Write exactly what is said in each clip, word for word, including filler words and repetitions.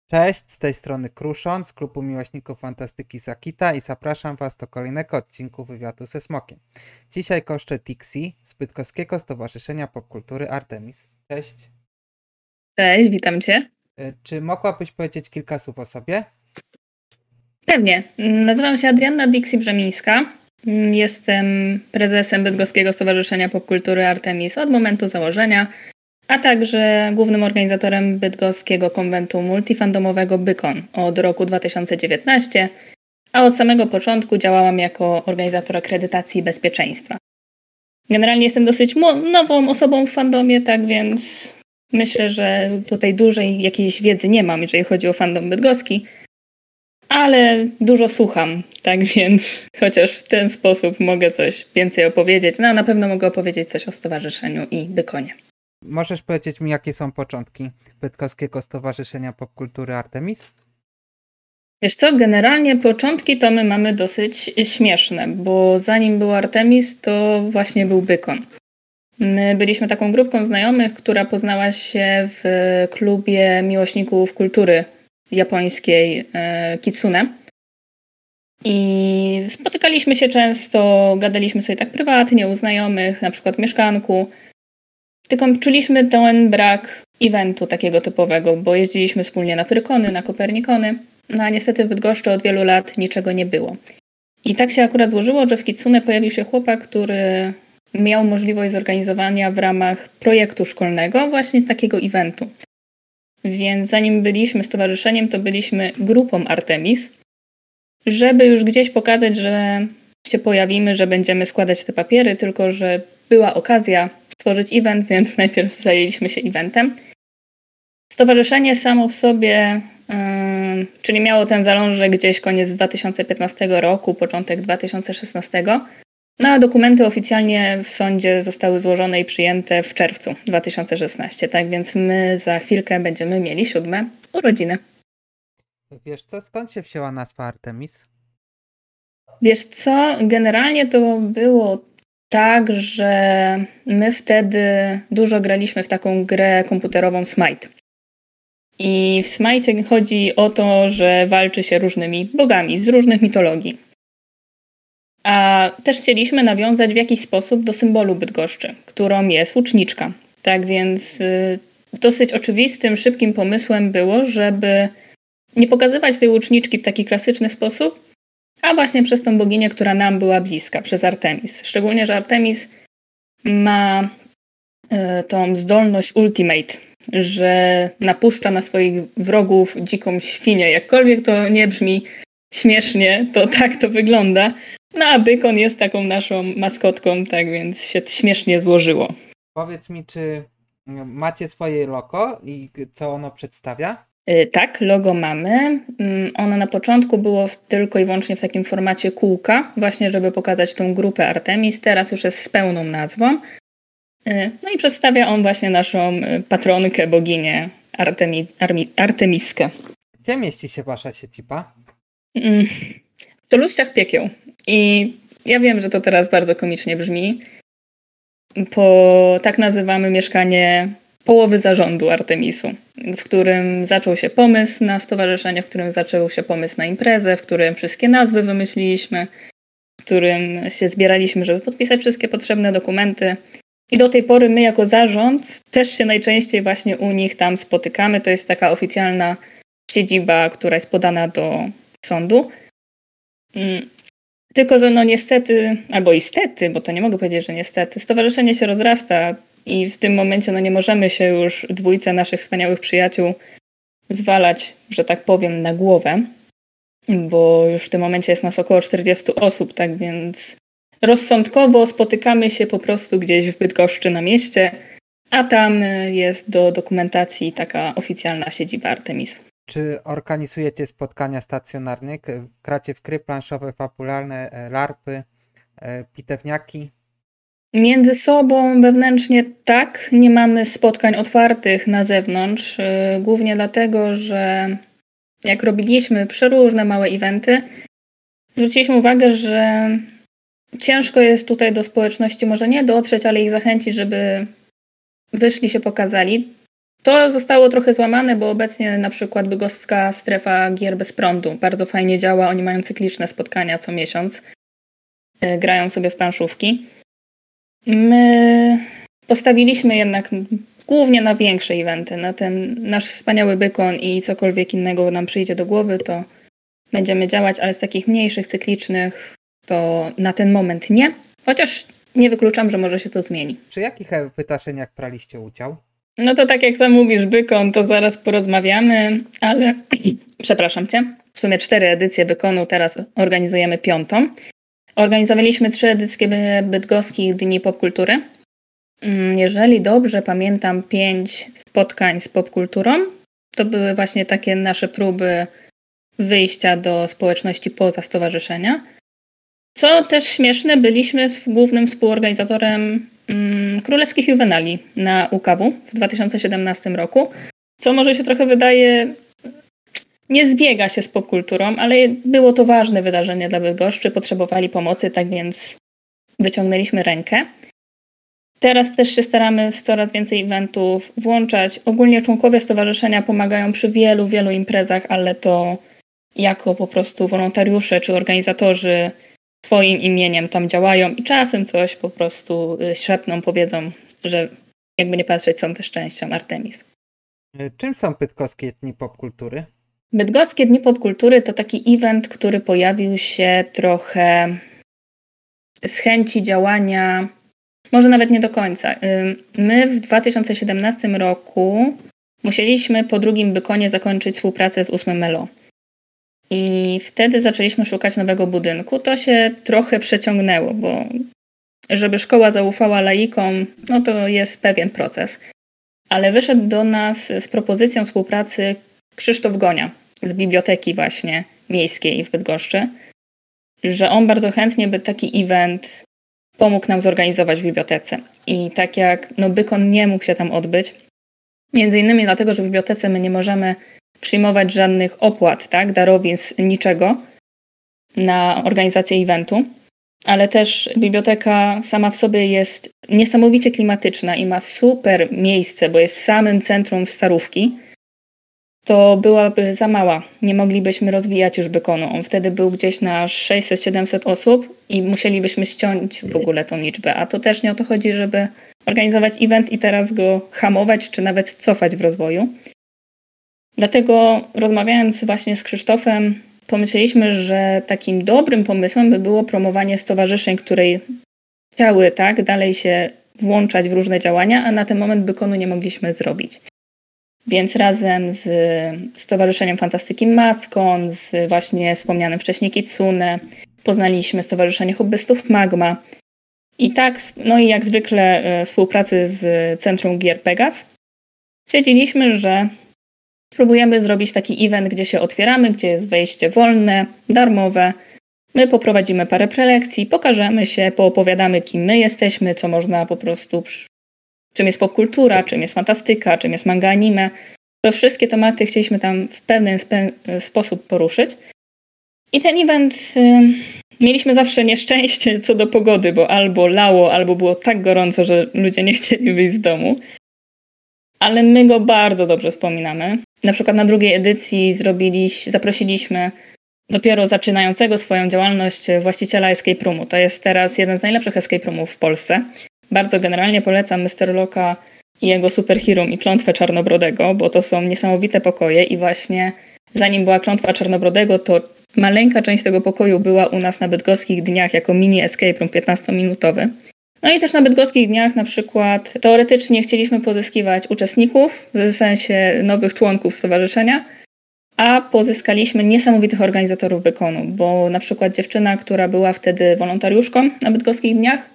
Cześć, z tej strony Kruszon z klubu miłośników fantastyki Sakita i zapraszam Was do kolejnego odcinku wywiadu ze Smokiem. Dzisiaj goszczę Dixie z Bydgoskiego Stowarzyszenia Popkultury Artemis. Cześć. Cześć, witam Cię. Czy mogłabyś powiedzieć kilka słów o sobie? Pewnie. Nazywam się Adrianna Dixie Brzemińska. Jestem prezesem Bydgoskiego Stowarzyszenia Popkultury Artemis od momentu założenia, a także głównym organizatorem bydgoskiego konwentu multifandomowego Bykon od roku dwa tysiące dziewiętnastego, a od samego początku działałam jako organizator akredytacji bezpieczeństwa. Generalnie jestem dosyć nową osobą w fandomie, tak więc myślę, że tutaj dużej jakiejś wiedzy nie mam, jeżeli chodzi o fandom bydgoski, ale dużo słucham, tak więc chociaż w ten sposób mogę coś więcej opowiedzieć, no a na pewno mogę opowiedzieć coś o stowarzyszeniu i Bykonie. Możesz powiedzieć mi, jakie są początki Bydgoskiego Stowarzyszenia Popkultury Artemis? Wiesz co, generalnie początki to my mamy dosyć śmieszne, bo zanim był Artemis, to właśnie był Bykon. My byliśmy taką grupką znajomych, która poznała się w klubie miłośników kultury japońskiej e, Kitsune. I spotykaliśmy się często, gadaliśmy sobie tak prywatnie u znajomych, na przykład w mieszkanku. Tylko czuliśmy ten brak eventu takiego typowego, bo jeździliśmy wspólnie na Pyrkony, na Kopernikony, no a niestety w Bydgoszczy od wielu lat niczego nie było. I tak się akurat złożyło, że w Kitsune pojawił się chłopak, który miał możliwość zorganizowania w ramach projektu szkolnego właśnie takiego eventu. Więc zanim byliśmy stowarzyszeniem, to byliśmy grupą Artemis, żeby już gdzieś pokazać, że się pojawimy, że będziemy składać te papiery, tylko że była okazja stworzyć event, więc najpierw zajęliśmy się eventem. Stowarzyszenie samo w sobie, yy, czyli miało ten zalążek gdzieś koniec dwa tysiące piętnastego roku, początek dwa tysiące szesnastego, no a dokumenty oficjalnie w sądzie zostały złożone i przyjęte w czerwcu dwa tysiące szesnastego, tak więc my za chwilkę będziemy mieli siódme urodziny. Wiesz co, skąd się wzięła nazwa Artemis? Wiesz co, generalnie to było tak, że my wtedy dużo graliśmy w taką grę komputerową Smite. I w Smite chodzi o to, że walczy się różnymi bogami z różnych mitologii. A też chcieliśmy nawiązać w jakiś sposób do symbolu Bydgoszczy, którą jest łuczniczka. Tak więc y, dosyć oczywistym, szybkim pomysłem było, żeby nie pokazywać tej łuczniczki w taki klasyczny sposób, a właśnie przez tą boginię, która nam była bliska, przez Artemis. Szczególnie, że Artemis ma y, tą zdolność ultimate, że napuszcza na swoich wrogów dziką świnię. Jakkolwiek to nie brzmi śmiesznie, to tak to wygląda. No a Bykon jest taką naszą maskotką, tak więc się śmiesznie złożyło. Powiedz mi, czy macie swoje logo i co ono przedstawia? Yy, tak, logo mamy. Yy, ono na początku było w, tylko i wyłącznie w takim formacie kółka, właśnie żeby pokazać tą grupę Artemis. Teraz już jest z pełną nazwą. Yy, no i przedstawia on właśnie naszą patronkę, boginię Artemi, Armi, Artemiskę. Gdzie mieści się wasza siedziba? Yy, w Czeluściach Piekieł. I ja wiem, że to teraz bardzo komicznie brzmi, bo tak nazywamy mieszkanie połowy zarządu Artemisu, w którym zaczął się pomysł na stowarzyszenie, w którym zaczął się pomysł na imprezę, w którym wszystkie nazwy wymyśliliśmy, w którym się zbieraliśmy, żeby podpisać wszystkie potrzebne dokumenty. I do tej pory my jako zarząd też się najczęściej właśnie u nich tam spotykamy. To jest taka oficjalna siedziba, która jest podana do sądu. Tylko że no niestety, albo istety, bo to nie mogę powiedzieć, że niestety, stowarzyszenie się rozrasta i w tym momencie no nie możemy się już dwójce naszych wspaniałych przyjaciół zwalać, że tak powiem, na głowę, bo już w tym momencie jest nas około czterdziestu osób, tak więc rozsądkowo spotykamy się po prostu gdzieś w Bydgoszczy na mieście, a tam jest do dokumentacji taka oficjalna siedziba Artemisu. Czy organizujecie spotkania stacjonarne? Gracie w gry planszowe, fabularne, larpy, pitewniaki? Między sobą wewnętrznie tak, nie mamy spotkań otwartych na zewnątrz, głównie dlatego, że jak robiliśmy przeróżne małe eventy, zwróciliśmy uwagę, że ciężko jest tutaj do społeczności może nie dotrzeć, ale ich zachęcić, żeby wyszli, się pokazali. To zostało trochę złamane, bo obecnie na przykład bydgoska strefa gier bez prądu bardzo fajnie działa. Oni mają cykliczne spotkania co miesiąc. Grają sobie w planszówki. My postawiliśmy jednak głównie na większe eventy. Na ten nasz wspaniały Bykon i cokolwiek innego nam przyjdzie do głowy, to będziemy działać, ale z takich mniejszych, cyklicznych to na ten moment nie. Chociaż nie wykluczam, że może się to zmieni. Przy jakich wydarzeniach braliście udział? No to tak jak sam mówisz, Bykon, to zaraz porozmawiamy, ale przepraszam cię. W sumie cztery edycje Bykonu, teraz organizujemy piątą. Organizowaliśmy trzy edycje bydgoskich Dni Popkultury. Jeżeli dobrze pamiętam, pięć spotkań z popkulturą. To były właśnie takie nasze próby wyjścia do społeczności poza stowarzyszenia. Co też śmieszne, byliśmy głównym współorganizatorem mm, Królewskich Juwenali na U K W w dwa tysiące siedemnastym roku, co może się trochę wydaje, nie zbiega się z popkulturą, ale było to ważne wydarzenie dla Bydgoszczy, potrzebowali pomocy, tak więc wyciągnęliśmy rękę. Teraz też się staramy w coraz więcej eventów włączać. Ogólnie członkowie stowarzyszenia pomagają przy wielu, wielu imprezach, ale to jako po prostu wolontariusze czy organizatorzy swoim imieniem tam działają i czasem coś po prostu szepną, powiedzą, że jakby nie patrzeć, są też częścią Artemis. Czym są Bydgoskie Dni Popkultury? Bydgoskie Dni Popkultury to taki event, który pojawił się trochę z chęci działania, może nawet nie do końca. My w dwa tysiące siedemnastym roku musieliśmy po drugim Bykonie zakończyć współpracę z ósmym M L O. I wtedy zaczęliśmy szukać nowego budynku. To się trochę przeciągnęło, bo żeby szkoła zaufała laikom, no to jest pewien proces. Ale wyszedł do nas z propozycją współpracy Krzysztof Gonia z biblioteki właśnie miejskiej w Bydgoszczy, że on bardzo chętnie by taki event pomógł nam zorganizować w bibliotece. I tak jak no, Bykon nie mógł się tam odbyć, między innymi dlatego, że w bibliotece my nie możemy przyjmować żadnych opłat, tak, darowizn, niczego na organizację eventu, ale też biblioteka sama w sobie jest niesamowicie klimatyczna i ma super miejsce, bo jest w samym centrum Starówki, to byłaby za mała. Nie moglibyśmy rozwijać już Bykonu. On wtedy był gdzieś na sześćset siedemset osób i musielibyśmy ściąć w ogóle tą liczbę, a to też nie o to chodzi, żeby organizować event i teraz go hamować, czy nawet cofać w rozwoju. Dlatego rozmawiając właśnie z Krzysztofem, pomyśleliśmy, że takim dobrym pomysłem by było promowanie stowarzyszeń, które chciały tak dalej się włączać w różne działania, a na ten moment Bykonu nie mogliśmy zrobić. Więc razem z Stowarzyszeniem Fantastyki Maskon, z właśnie wspomnianym wcześniej Kitsune, poznaliśmy Stowarzyszenie Hobbystów Magma. I tak, no i jak zwykle współpracy z Centrum Gier Pegas, stwierdziliśmy, że spróbujemy zrobić taki event, gdzie się otwieramy, gdzie jest wejście wolne, darmowe. My poprowadzimy parę prelekcji, pokażemy się, poopowiadamy, kim my jesteśmy, co można po prostu, czym jest popkultura, czym jest fantastyka, czym jest manga anime. To wszystkie tematy chcieliśmy tam w pewien spe- sposób poruszyć. I ten event y, mieliśmy zawsze nieszczęście co do pogody, bo albo lało, albo było tak gorąco, że ludzie nie chcieli wyjść z domu. Ale my go bardzo dobrze wspominamy. Na przykład na drugiej edycji zrobiliśmy, zaprosiliśmy dopiero zaczynającego swoją działalność właściciela Escape Roomu. To jest teraz jeden z najlepszych escape roomów w Polsce. Bardzo generalnie polecam mister Locka i jego Superhero i Klątwę Czarnobrodego, bo to są niesamowite pokoje i właśnie zanim była Klątwa Czarnobrodego, to maleńka część tego pokoju była u nas na Bydgoskich Dniach jako mini escape room piętnastominutowy. No i też na Bydgoskich Dniach na przykład teoretycznie chcieliśmy pozyskiwać uczestników, w sensie nowych członków stowarzyszenia, a pozyskaliśmy niesamowitych organizatorów Bykonu, bo na przykład dziewczyna, która była wtedy wolontariuszką na Bydgoskich Dniach,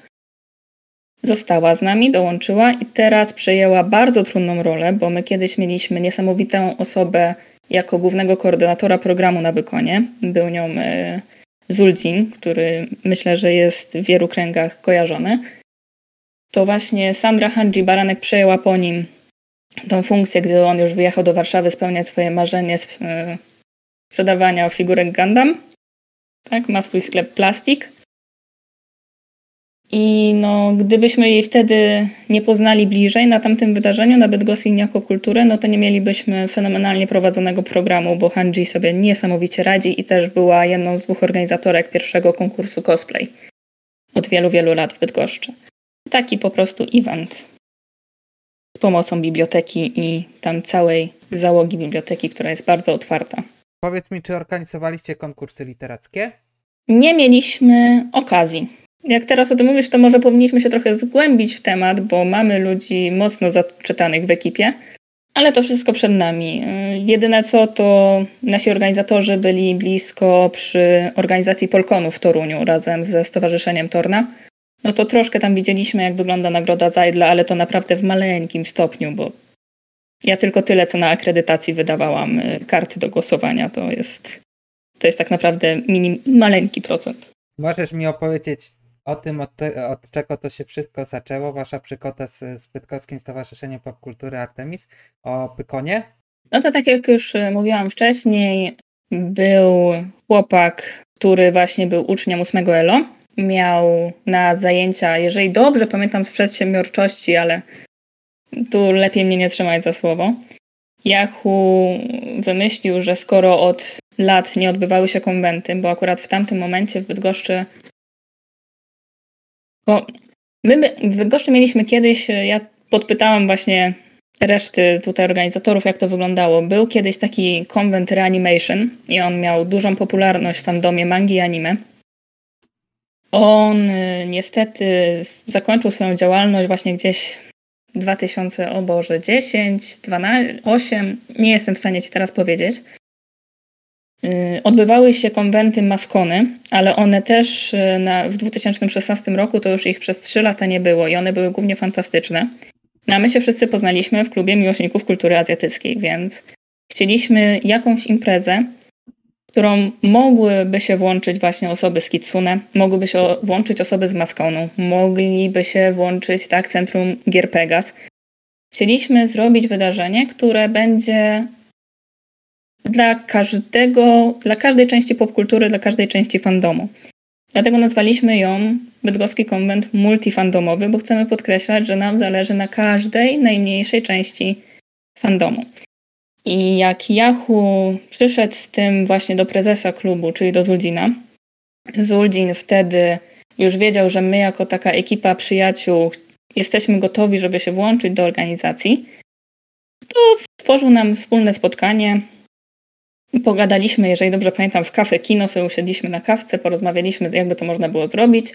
została z nami, dołączyła i teraz przejęła bardzo trudną rolę, bo my kiedyś mieliśmy niesamowitą osobę jako głównego koordynatora programu na Bykonie. Był nią e, Zuldzin, który myślę, że jest w wielu kręgach kojarzony. To właśnie Sandra Handzi-Baranek przejęła po nim tą funkcję, gdy on już wyjechał do Warszawy spełniać swoje marzenie z e, sprzedawania figurek Gundam. Tak, ma swój sklep Plastik. I no, gdybyśmy jej wtedy nie poznali bliżej na tamtym wydarzeniu, na Bydgoskich Dniach Popkultury, no to nie mielibyśmy fenomenalnie prowadzonego programu, bo Hanji sobie niesamowicie radzi i też była jedną z dwóch organizatorek pierwszego konkursu cosplay od wielu, wielu lat w Bydgoszczy. Taki po prostu event z pomocą biblioteki i tam całej załogi biblioteki, która jest bardzo otwarta. Powiedz mi, czy organizowaliście konkursy literackie? Nie mieliśmy okazji. Jak teraz o tym mówisz, to może powinniśmy się trochę zgłębić w temat, bo mamy ludzi mocno zaczytanych w ekipie, ale to wszystko przed nami. Jedyne co, to nasi organizatorzy byli blisko przy organizacji Polkonu w Toruniu razem ze Stowarzyszeniem Torna. No to troszkę tam widzieliśmy, jak wygląda nagroda Zajdla, ale to naprawdę w maleńkim stopniu, bo ja tylko tyle, co na akredytacji wydawałam karty do głosowania. To jest, to jest tak naprawdę mini, maleńki procent. Możesz mi opowiedzieć o tym, od, te, od czego to się wszystko zaczęło, wasza przygota z, z Bydgoskim Stowarzyszeniem Popkultury Artemis, o Pykonie? No to tak jak już mówiłam wcześniej, był chłopak, który właśnie był uczniem ósmego E L O. Miał na zajęcia, jeżeli dobrze pamiętam, z przedsiębiorczości, ale tu lepiej mnie nie trzymać za słowo. Yahoo wymyślił, że skoro od lat nie odbywały się konwenty, bo akurat w tamtym momencie w Bydgoszczy bo my by, w Bydgoszczy mieliśmy kiedyś, ja podpytałam właśnie reszty tutaj organizatorów, jak to wyglądało. Był kiedyś taki konwent Reanimation i on miał dużą popularność w fandomie mangi i anime. On y, niestety zakończył swoją działalność właśnie gdzieś w dwa tysiące, o Boże, dziesięć, dwanaście, osiem, nie jestem w stanie Ci teraz powiedzieć. Y, odbywały się konwenty Maskony, ale one też y, na, w dwa tysiące szesnastym roku to już ich przez trzy lata nie było i one były głównie fantastyczne. No a my się wszyscy poznaliśmy w klubie miłośników kultury azjatyckiej, więc chcieliśmy jakąś imprezę, którą mogłyby się włączyć właśnie osoby z Kitsune, mogłyby się włączyć osoby z Maskoną, mogliby się włączyć tak Centrum Gier Pegas. Chcieliśmy zrobić wydarzenie, które będzie dla każdego, dla każdej części popkultury, dla każdej części fandomu. Dlatego nazwaliśmy ją Bydgoski Konwent Multifandomowy, bo chcemy podkreślać, że nam zależy na każdej najmniejszej części fandomu. I jak Yahoo przyszedł z tym właśnie do prezesa klubu, czyli do Zuldina, Zuldin wtedy już wiedział, że my jako taka ekipa przyjaciół jesteśmy gotowi, żeby się włączyć do organizacji, to stworzył nam wspólne spotkanie. Pogadaliśmy, jeżeli dobrze pamiętam, w Cafe Kino, sobie usiedliśmy na kawce, porozmawialiśmy, jakby to można było zrobić.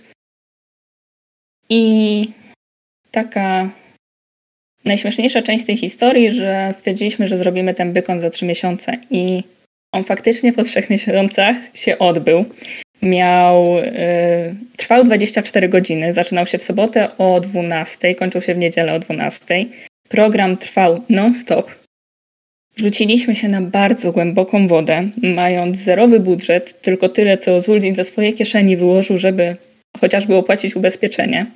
I taka najśmieszniejsza część tej historii, że stwierdziliśmy, że zrobimy ten bykon za trzy miesiące i on faktycznie po trzech miesiącach się odbył. Miał, yy, trwał dwadzieścia cztery godziny, zaczynał się w sobotę o dwunastej, kończył się w niedzielę o dwunastej. Program trwał non-stop. Rzuciliśmy się na bardzo głęboką wodę, mając zerowy budżet, tylko tyle, co Zuldin ze swojej kieszeni wyłożył, żeby chociażby opłacić ubezpieczenie.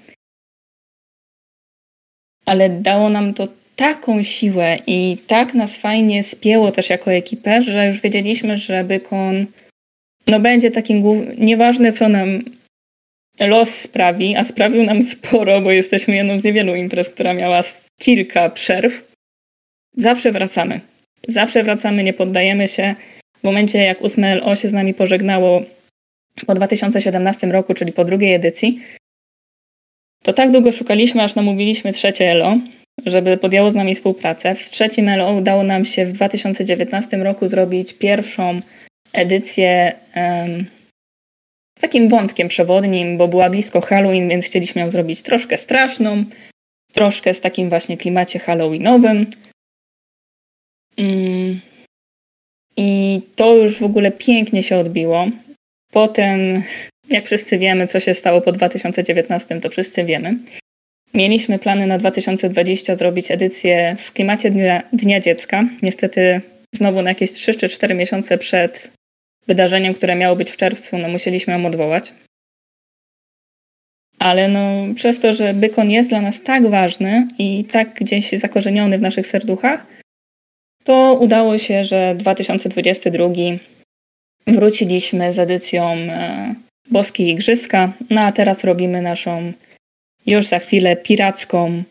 Ale dało nam to taką siłę i tak nas fajnie spięło też jako ekipę, że już wiedzieliśmy, że Bykon no będzie takim głównym, nieważne co nam los sprawi, a sprawił nam sporo, bo jesteśmy jedną z niewielu imprez, która miała kilka przerw. Zawsze wracamy. Zawsze wracamy, nie poddajemy się. W momencie, jak ósme L O się z nami pożegnało po dwa tysiące siedemnastym roku, czyli po drugiej edycji, to tak długo szukaliśmy, aż namówiliśmy trzecie L O, żeby podjęło z nami współpracę. W trzecim L O udało nam się w dwa tysiące dziewiętnastym roku zrobić pierwszą edycję um, z takim wątkiem przewodnim, bo była blisko Halloween, więc chcieliśmy ją zrobić troszkę straszną, troszkę z takim właśnie klimacie halloweenowym. Mm. I to już w ogóle pięknie się odbiło. Potem, jak wszyscy wiemy, co się stało po dwa tysiące dziewiętnastym, to wszyscy wiemy. Mieliśmy plany na dwa tysiące dwudziestym zrobić edycję w klimacie Dnia, Dnia Dziecka. Niestety znowu na jakieś trzy czy cztery miesiące przed wydarzeniem, które miało być w czerwcu, no musieliśmy ją odwołać. Ale no, przez to, że Bykon jest dla nas tak ważny i tak gdzieś zakorzeniony w naszych serduchach, to udało się, że dwa tysiące dwudziesty drugi wróciliśmy z edycją e, Boskie Igrzyska, no a teraz robimy naszą już za chwilę piracką,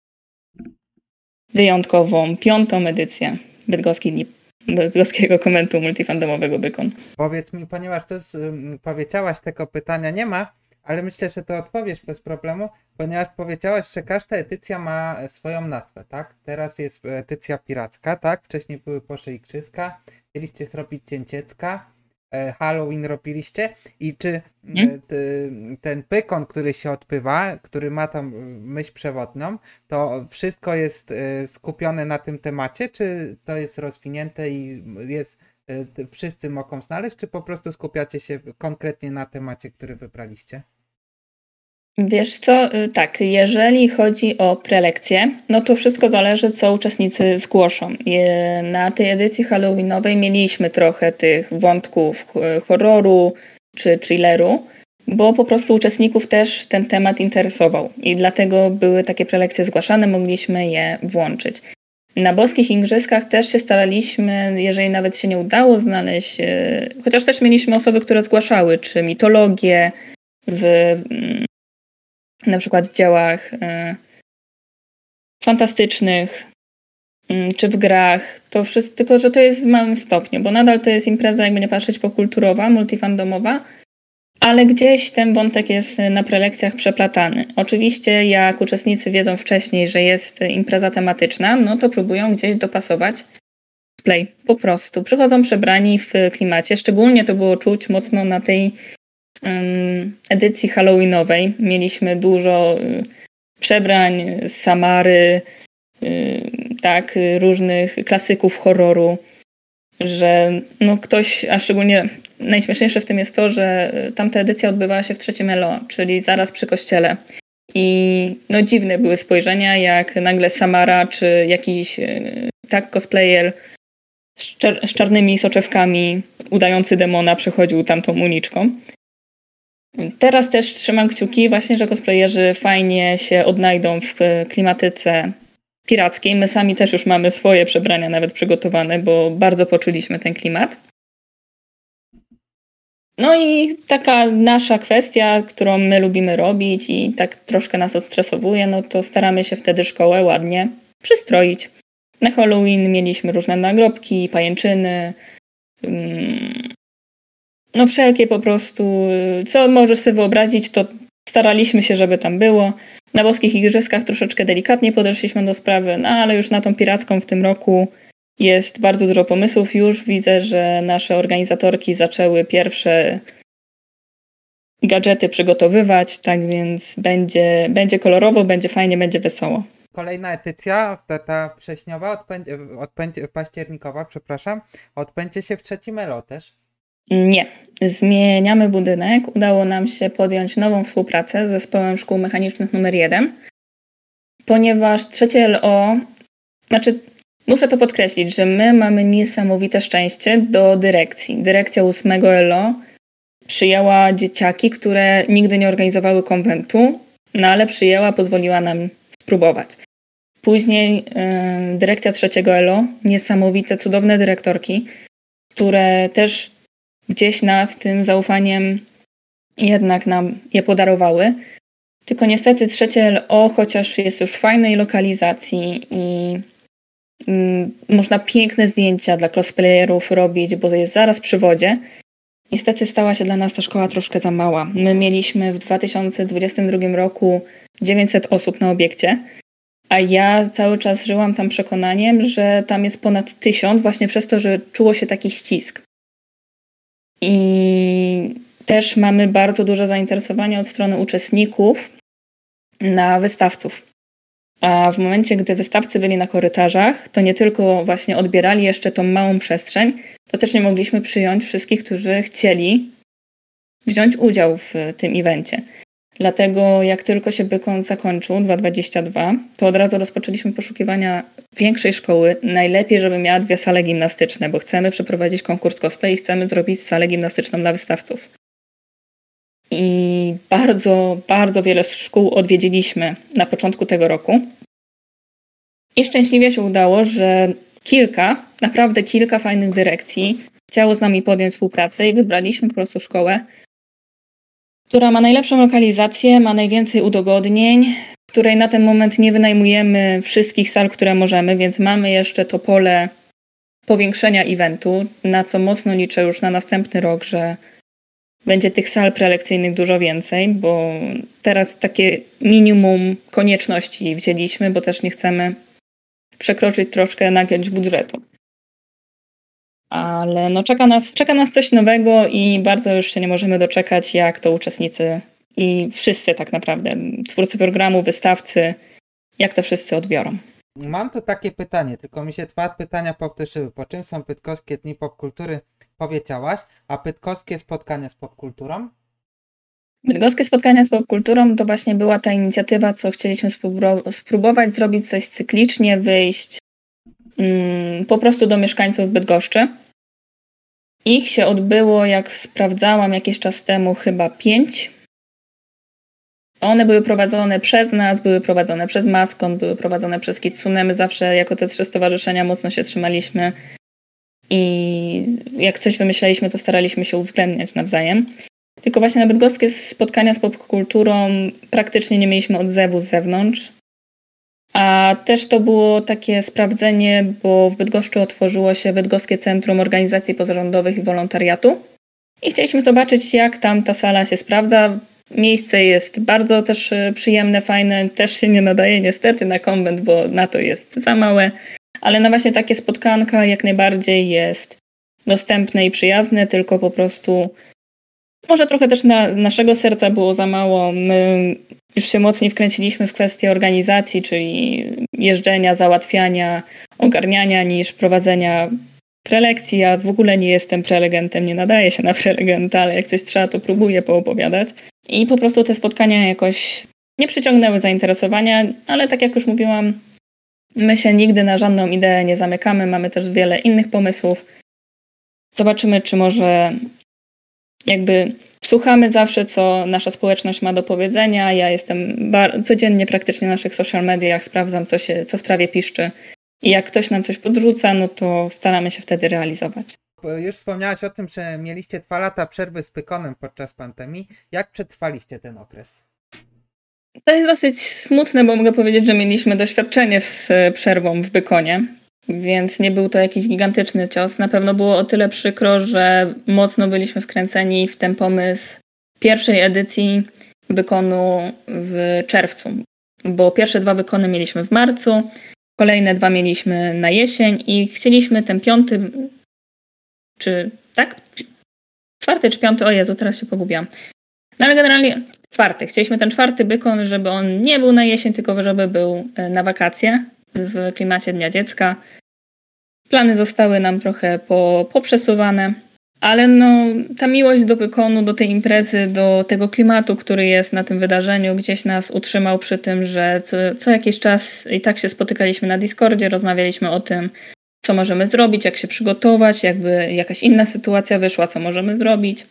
wyjątkową, piątą edycję Bydgoskiej Dni Bydgoskiego Konwentu Multifandomowego Bykon. Powiedz mi, ponieważ to z, powiedziałaś, tego pytania nie ma, ale myślę, że to odpowiesz bez problemu, ponieważ powiedziałaś, że każda edycja ma swoją nazwę, tak? Teraz jest edycja piracka, tak? Wcześniej były Posze Igrzyska, chcieliście zrobić Dzień Dziecka, Halloween robiliście i czy hmm? ten pykon, który się odbywa, który ma tam myśl przewodnią, to wszystko jest skupione na tym temacie, czy to jest rozwinięte i jest wszyscy mogą znaleźć, czy po prostu skupiacie się konkretnie na temacie, który wybraliście? Wiesz co, tak, jeżeli chodzi o prelekcje, no to wszystko zależy, co uczestnicy zgłoszą. Na tej edycji halloweenowej mieliśmy trochę tych wątków horroru czy thrilleru, bo po prostu uczestników też ten temat interesował i dlatego były takie prelekcje zgłaszane, mogliśmy je włączyć. Na Boskich Igrzyskach też się staraliśmy, jeżeli nawet się nie udało znaleźć, chociaż też mieliśmy osoby, które zgłaszały, czy mitologię w na przykład dziełach y, fantastycznych, y, czy w grach, to wszystko, tylko że to jest w małym stopniu, bo nadal to jest impreza, jakby nie patrzeć, popkulturowa, multifandomowa, ale gdzieś ten wątek jest na prelekcjach przeplatany. Oczywiście jak uczestnicy wiedzą wcześniej, że jest impreza tematyczna, no to próbują gdzieś dopasować cosplay, po prostu. Przychodzą przebrani w klimacie, szczególnie to było czuć mocno na tej edycji halloweenowej. Mieliśmy dużo przebrań, Samary, tak, różnych klasyków horroru, że no ktoś, a szczególnie najśmieszniejsze w tym jest to, że tamta edycja odbywała się w trzecim L O, czyli zaraz przy kościele. I no dziwne były spojrzenia, jak nagle Samara czy jakiś tak cosplayer z, czer- z czarnymi soczewkami udający demona przechodził tamtą uliczką. Teraz też trzymam kciuki właśnie, że cosplayerzy fajnie się odnajdą w klimatyce pirackiej. My sami też już mamy swoje przebrania nawet przygotowane, bo bardzo poczuliśmy ten klimat. No i taka nasza kwestia, którą my lubimy robić i tak troszkę nas odstresowuje, no to staramy się wtedy szkołę ładnie przystroić. Na Halloween mieliśmy różne nagrobki, pajęczyny, no wszelkie po prostu, co możesz sobie wyobrazić, to staraliśmy się, żeby tam było. Na Boskich Igrzyskach troszeczkę delikatnie podeszliśmy do sprawy, no ale już na tą piracką w tym roku jest bardzo dużo pomysłów. Już widzę, że nasze organizatorki zaczęły pierwsze gadżety przygotowywać, tak więc będzie, będzie kolorowo, będzie fajnie, będzie wesoło. Kolejna edycja, ta, ta wrześniowa, odpędzie, odpędzie, październikowa, przepraszam, odbędzie się w trzecim L O też? Nie. Zmieniamy budynek. Udało nam się podjąć nową współpracę z Zespołem Szkół Mechanicznych numer jeden, ponieważ trzecie L O, znaczy muszę to podkreślić, że my mamy niesamowite szczęście do dyrekcji. Dyrekcja ósmego L O przyjęła dzieciaki, które nigdy nie organizowały konwentu, no ale przyjęła, pozwoliła nam spróbować. Później yy, dyrekcja trzeciego L O, niesamowite, cudowne dyrektorki, które też gdzieś nas tym zaufaniem jednak nam je podarowały. Tylko niestety trzecie L O, chociaż jest już w fajnej lokalizacji i mm, można piękne zdjęcia dla cosplayerów robić, bo jest zaraz przy wodzie, niestety stała się dla nas ta szkoła troszkę za mała. My mieliśmy w dwa tysiące dwudziestym drugim roku dziewięćset osób na obiekcie, a ja cały czas żyłam tam przekonaniem, że tam jest ponad tysiąc, właśnie przez to, że czuło się taki ścisk. I też mamy bardzo duże zainteresowanie od strony uczestników na wystawców. A w momencie, gdy wystawcy byli na korytarzach, to nie tylko właśnie odbierali jeszcze tą małą przestrzeń, to też nie mogliśmy przyjąć wszystkich, którzy chcieli wziąć udział w tym evencie. Dlatego jak tylko się Bykon zakończył, dwa tysiące dwudziesty drugi, to od razu rozpoczęliśmy poszukiwania większej szkoły. Najlepiej, żeby miała dwie sale gimnastyczne, bo chcemy przeprowadzić konkurs cosplay i chcemy zrobić salę gimnastyczną dla wystawców. I bardzo, bardzo wiele szkół odwiedziliśmy na początku tego roku. I szczęśliwie się udało, że kilka, naprawdę kilka fajnych dyrekcji chciało z nami podjąć współpracę i wybraliśmy po prostu szkołę, która ma najlepszą lokalizację, ma najwięcej udogodnień, w której na ten moment nie wynajmujemy wszystkich sal, które możemy, więc mamy jeszcze to pole powiększenia eventu, na co mocno liczę już na następny rok, że będzie tych sal prelekcyjnych dużo więcej, bo teraz takie minimum konieczności wzięliśmy, bo też nie chcemy przekroczyć troszkę nagiąć budżetu. Ale no czeka nas, czeka nas coś nowego i bardzo już się nie możemy doczekać, jak to uczestnicy i wszyscy tak naprawdę, twórcy programu, wystawcy, jak to wszyscy odbiorą. Mam tu takie pytanie, tylko mi się dwa pytania powtórzyły. Po czym są Bydgoskie Dni Popkultury, powiedziałaś, a Bydgoskie Spotkania z Popkulturą? Bydgoskie Spotkania z Popkulturą to właśnie była ta inicjatywa, co chcieliśmy sprób- spróbować zrobić coś cyklicznie, wyjść mm, po prostu do mieszkańców Bydgoszczy. Ich się odbyło, jak sprawdzałam jakiś czas temu, chyba pięć. One były prowadzone przez nas, były prowadzone przez Maskon, były prowadzone przez Kitsune. My zawsze jako te trzy stowarzyszenia mocno się trzymaliśmy i jak coś wymyślaliśmy, to staraliśmy się uwzględniać nawzajem. Tylko właśnie na bydgoskie spotkania z popkulturą praktycznie nie mieliśmy odzewu z zewnątrz. A też to było takie sprawdzenie, bo w Bydgoszczy otworzyło się Bydgoskie Centrum Organizacji Pozarządowych i Wolontariatu. I chcieliśmy zobaczyć, jak tam ta sala się sprawdza. Miejsce jest bardzo też przyjemne, fajne. Też się nie nadaje niestety na konwent, bo na to jest za małe. Ale na właśnie takie spotkanka jak najbardziej jest dostępne i przyjazne, tylko po prostu może trochę też na naszego serca było za mało. My już się mocniej wkręciliśmy w kwestię organizacji, czyli jeżdżenia, załatwiania, ogarniania niż prowadzenia prelekcji. Ja w ogóle nie jestem prelegentem, nie nadaję się na prelegenta, ale jak coś trzeba, to próbuję poopowiadać. I po prostu te spotkania jakoś nie przyciągnęły zainteresowania, ale tak jak już mówiłam, my się nigdy na żadną ideę nie zamykamy, mamy też wiele innych pomysłów. Zobaczymy, czy może jakby słuchamy zawsze, co nasza społeczność ma do powiedzenia. Ja jestem bar- codziennie praktycznie na naszych social mediach, sprawdzam, co, się, co w trawie piszczy. I jak ktoś nam coś podrzuca, no to staramy się wtedy realizować. Już wspomniałaś o tym, że mieliście dwa lata przerwy z Pykonem podczas pandemii. Jak przetrwaliście ten okres? To jest dosyć smutne, bo mogę powiedzieć, że mieliśmy doświadczenie z przerwą w Bykonie, więc nie był to jakiś gigantyczny cios. Na pewno było o tyle przykro, że mocno byliśmy wkręceni w ten pomysł pierwszej edycji Bykonu w czerwcu, bo pierwsze dwa Bykony mieliśmy w marcu, kolejne dwa mieliśmy na jesień i chcieliśmy ten piąty, czy tak? Czwarty czy piąty, o Jezu, teraz się pogubiłam. No ale generalnie czwarty. Chcieliśmy ten czwarty Bykon, żeby on nie był na jesień, tylko żeby był na wakacje w klimacie Dnia Dziecka. Plany zostały nam trochę po, poprzesuwane, ale no, ta miłość do Bykonu, do tej imprezy, do tego klimatu, który jest na tym wydarzeniu, gdzieś nas utrzymał przy tym, że co, co jakiś czas i tak się spotykaliśmy na Discordzie, rozmawialiśmy o tym, co możemy zrobić, jak się przygotować, jakby jakaś inna sytuacja wyszła, co możemy zrobić.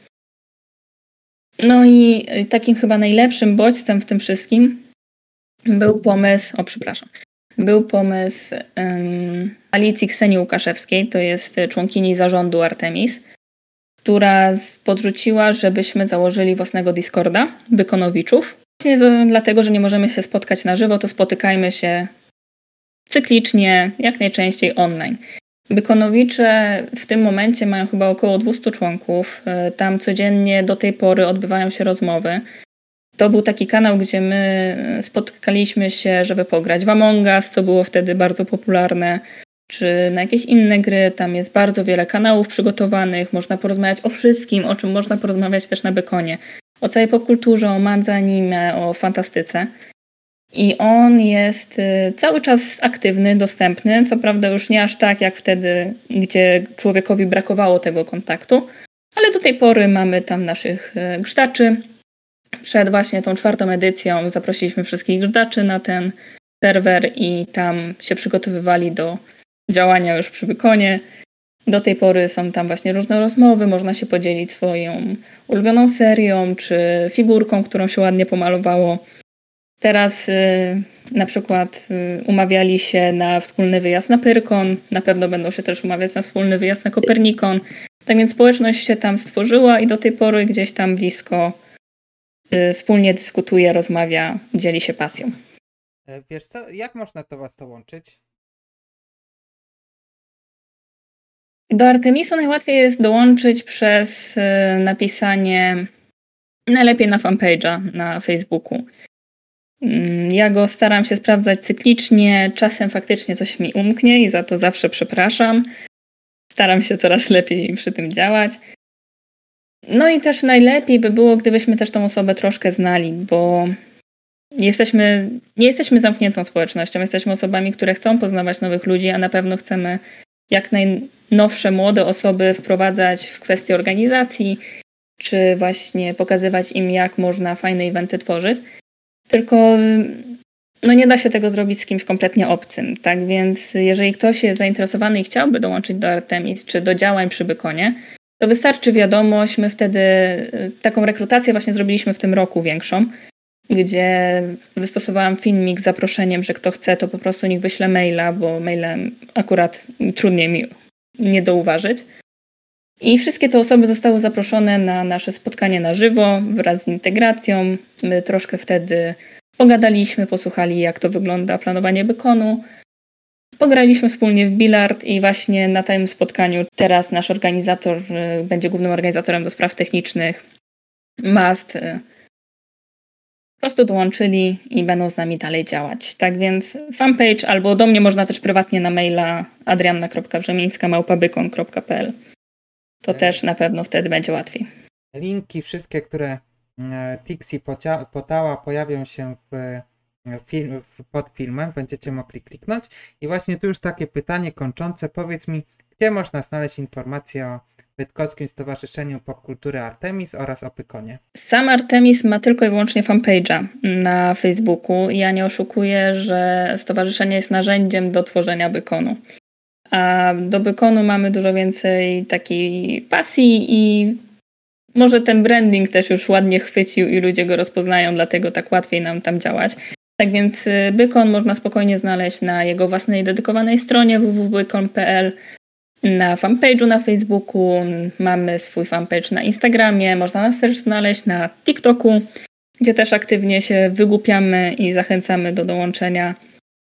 No i takim chyba najlepszym bodźcem w tym wszystkim był pomysł, o przepraszam, był pomysł um, Alicji Ksenii Łukaszewskiej, to jest członkini zarządu Artemis, która podrzuciła, żebyśmy założyli własnego Discorda Bykonowiczów. Właśnie z, dlatego, że nie możemy się spotkać na żywo, to spotykajmy się cyklicznie, jak najczęściej online. Bykonowicze w tym momencie mają chyba około dwieście członków. Tam codziennie do tej pory odbywają się rozmowy. To był taki kanał, gdzie my spotkaliśmy się, żeby pograć w Among Us, co było wtedy bardzo popularne, czy na jakieś inne gry. Tam jest bardzo wiele kanałów przygotowanych. Można porozmawiać o wszystkim, o czym można porozmawiać też na Bykonie. O całej popkulturze, o mandze, anime, o fantastyce. I on jest cały czas aktywny, dostępny. Co prawda już nie aż tak jak wtedy, gdzie człowiekowi brakowało tego kontaktu, ale do tej pory mamy tam naszych grzdaczy. Przed właśnie tą czwartą edycją zaprosiliśmy wszystkich grzdaczy na ten serwer i tam się przygotowywali do działania już przy Bykonie. Do tej pory są tam właśnie różne rozmowy, można się podzielić swoją ulubioną serią czy figurką, którą się ładnie pomalowało. Teraz y, na przykład y, umawiali się na wspólny wyjazd na Pyrkon, na pewno będą się też umawiać na wspólny wyjazd na Kopernikon. Tak więc społeczność się tam stworzyła i do tej pory gdzieś tam blisko y, wspólnie dyskutuje, rozmawia, dzieli się pasją. E, Wiesz co, jak można to was to łączyć? Do Artemisu najłatwiej jest dołączyć przez y, napisanie najlepiej na fanpage'a na Facebooku. Mm, Ja go staram się sprawdzać cyklicznie, czasem faktycznie coś mi umknie i za to zawsze przepraszam. Staram się coraz lepiej przy tym działać. No i też najlepiej by było, gdybyśmy też tą osobę troszkę znali, bo jesteśmy, nie jesteśmy zamkniętą społecznością, jesteśmy osobami, które chcą poznawać nowych ludzi, a na pewno chcemy jak najnowsze młode osoby wprowadzać w kwestie organizacji, czy właśnie pokazywać im, jak można fajne eventy tworzyć. Tylko no nie da się tego zrobić z kimś kompletnie obcym. Tak więc jeżeli ktoś jest zainteresowany i chciałby dołączyć do Artemis czy do działań przy Bykonie, to wystarczy wiadomość. My wtedy taką rekrutację właśnie zrobiliśmy w tym roku większą, gdzie wystosowałam filmik z zaproszeniem, że kto chce, to po prostu niech wyśle maila, bo mailem akurat trudniej mi nie douważyć. I wszystkie te osoby zostały zaproszone na nasze spotkanie na żywo wraz z integracją. My troszkę wtedy pogadaliśmy, posłuchali, jak to wygląda planowanie Bykonu. Pograliśmy wspólnie w bilard i właśnie na tym spotkaniu teraz nasz organizator y, będzie głównym organizatorem do spraw technicznych. Mast y, po prostu dołączyli i będą z nami dalej działać. Tak więc fanpage albo do mnie można też prywatnie na maila adrianna kropka brzemińska małpa bykon kropka p l. To też na pewno wtedy będzie łatwiej. Linki wszystkie, które e, Tixi pocia- podała, pojawią się w, e, film, w, pod filmem, będziecie mogli kliknąć. I właśnie tu już takie pytanie kończące. Powiedz mi, gdzie można znaleźć informacje o Bydgoskim Stowarzyszeniu Popkultury Artemis oraz o Bykonie? Sam Artemis ma tylko i wyłącznie fanpage'a na Facebooku. Ja nie oszukuję, że stowarzyszenie jest narzędziem do tworzenia Bykonu. A do Bykonu mamy dużo więcej takiej pasji i może ten branding też już ładnie chwycił i ludzie go rozpoznają, dlatego tak łatwiej nam tam działać. Tak więc Bykon można spokojnie znaleźć na jego własnej dedykowanej stronie w w w kropka bykon kropka p l, na fanpage'u na Facebooku, mamy swój fanpage na Instagramie, można nas też znaleźć na TikToku, gdzie też aktywnie się wygłupiamy i zachęcamy do dołączenia.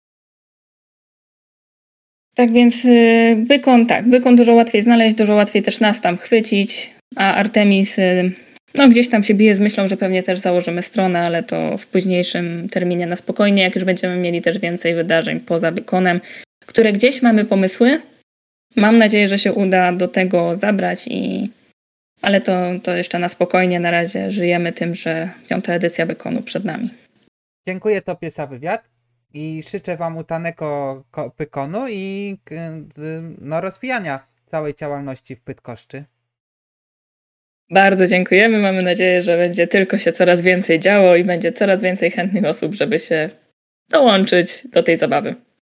Tak więc y, Bykon, tak, Bykon dużo łatwiej znaleźć, dużo łatwiej też nas tam chwycić, a Artemis y, no gdzieś tam się bije z myślą, że pewnie też założymy stronę, ale to w późniejszym terminie na spokojnie, jak już będziemy mieli też więcej wydarzeń poza Bykonem, które gdzieś mamy pomysły. Mam nadzieję, że się uda do tego zabrać, i ale to, to jeszcze na spokojnie. Na razie żyjemy tym, że piąta edycja Bykonu przed nami. Dziękuję Tobie za wywiad i życzę Wam utanego ko- Bykonu i k- d- no, rozwijania całej działalności w Bydgoszczy. Bardzo dziękujemy. Mamy nadzieję, że będzie tylko się coraz więcej działo i będzie coraz więcej chętnych osób, żeby się dołączyć do tej zabawy.